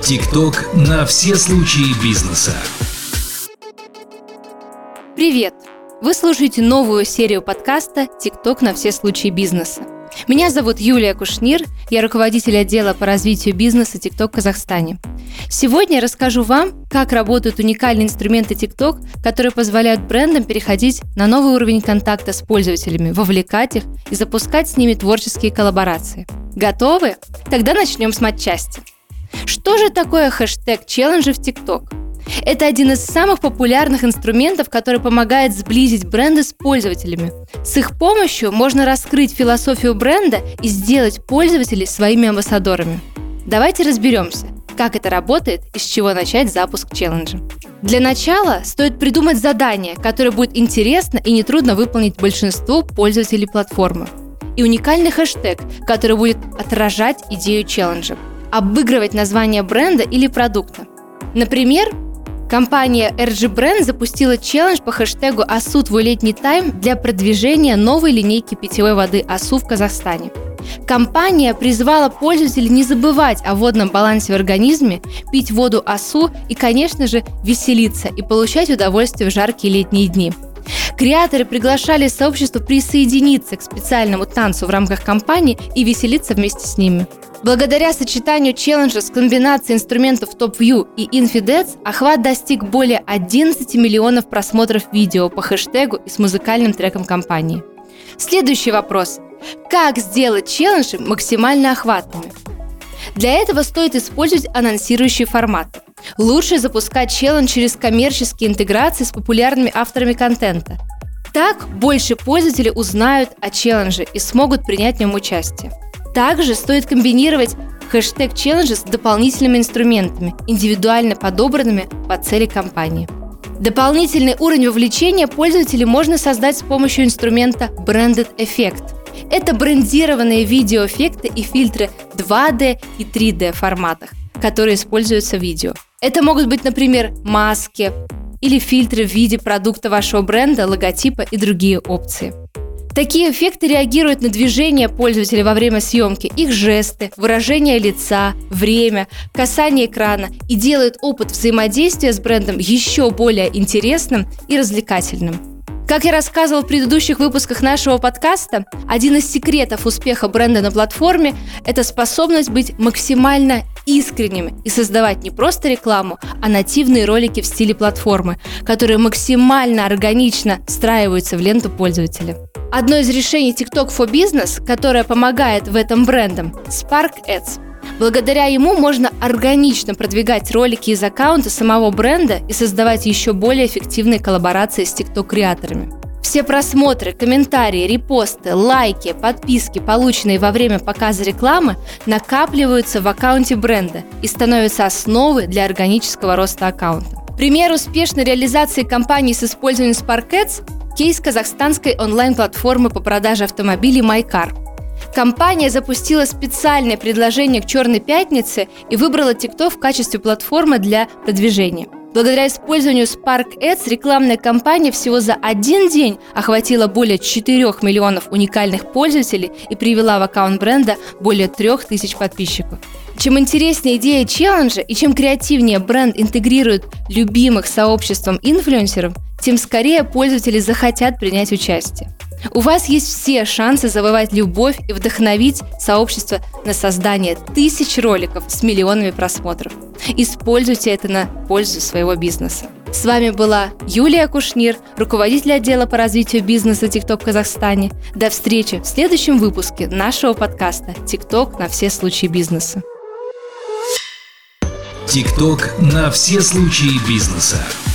ТикТок на все случаи бизнеса. Привет! Вы слушаете новую серию подкаста «ТикТок на все случаи бизнеса». Меня зовут Юлия Кушнир, я руководитель отдела по развитию бизнеса ТикТок в Казахстане. Сегодня я расскажу вам, как работают уникальные инструменты ТикТок, которые позволяют брендам переходить на новый уровень контакта с пользователями, вовлекать их и запускать с ними творческие коллаборации. Готовы? Тогда начнем с матчасти. Что же такое хэштег-челленджи в ТикТок? Это один из самых популярных инструментов, который помогает сблизить бренды с пользователями. С их помощью можно раскрыть философию бренда и сделать пользователей своими амбассадорами. Давайте разберемся, как это работает и с чего начать запуск челленджа. Для начала стоит придумать задание, которое будет интересно и нетрудно выполнить большинству пользователей платформы. И уникальный хэштег, который будет отражать идею челленджа. Обыгрывать название бренда или продукта. Например, компания RG Brand запустила челлендж по хэштегу «АСУ твой летний тайм» для продвижения новой линейки питьевой воды АСУ в Казахстане. Компания призвала пользователей не забывать о водном балансе в организме, пить воду АСУ и, конечно же, веселиться и получать удовольствие в жаркие летние дни. Креаторы приглашали сообщество присоединиться к специальному танцу в рамках кампании и веселиться вместе с ними. Благодаря сочетанию челленджа с комбинацией инструментов TopView и InfyDance охват достиг более 11 миллионов просмотров видео по хэштегу и с музыкальным треком компании. Следующий вопрос. Как сделать челленджи максимально охватными? Для этого стоит использовать анонсирующий формат. Лучше запускать челлендж через коммерческие интеграции с популярными авторами контента. Так больше пользователей узнают о челлендже и смогут принять в нем участие. Также стоит комбинировать хэштег челленджа с дополнительными инструментами, индивидуально подобранными под цели компании. Дополнительный уровень вовлечения пользователей можно создать с помощью инструмента Branded Effect. Это брендированные видеоэффекты и фильтры 2D и 3D форматах, которые используются в видео. Это могут быть, например, маски или фильтры в виде продукта вашего бренда, логотипа и другие опции. Такие эффекты реагируют на движения пользователя во время съемки, их жесты, выражение лица, время, касание экрана и делают опыт взаимодействия с брендом еще более интересным и развлекательным. Как я рассказывала в предыдущих выпусках нашего подкаста, один из секретов успеха бренда на платформе – это способность быть максимально искренним и создавать не просто рекламу, а нативные ролики в стиле платформы, которые максимально органично встраиваются в ленту пользователя. Одно из решений TikTok for Business, которое помогает в этом брендам – Spark Ads. Благодаря ему можно органично продвигать ролики из аккаунта самого бренда и создавать еще более эффективные коллаборации с TikTok-креаторами. Все просмотры, комментарии, репосты, лайки, подписки, полученные во время показа рекламы, накапливаются в аккаунте бренда и становятся основой для органического роста аккаунта. Пример успешной реализации кампании с использованием Spark Ads – кейс казахстанской онлайн-платформы по продаже автомобилей MyCar. Компания запустила специальное предложение к Черной пятнице и выбрала TikTok в качестве платформы для продвижения. Благодаря использованию Spark Ads рекламная кампания всего за один день охватила более 4 миллионов уникальных пользователей и привела в аккаунт бренда более 3000 подписчиков. Чем интереснее идея челленджа и чем креативнее бренд интегрирует любимых сообществом инфлюенсеров, тем скорее пользователи захотят принять участие. У вас есть все шансы завоевать любовь и вдохновить сообщество на создание 1000 роликов с миллионами просмотров. Используйте это на пользу своего бизнеса. С вами была Юлия Кушнир, руководитель отдела по развитию бизнеса TikTok в Казахстане. До встречи в следующем выпуске нашего подкаста TikTok на все случаи бизнеса. ТикТок на все случаи бизнеса.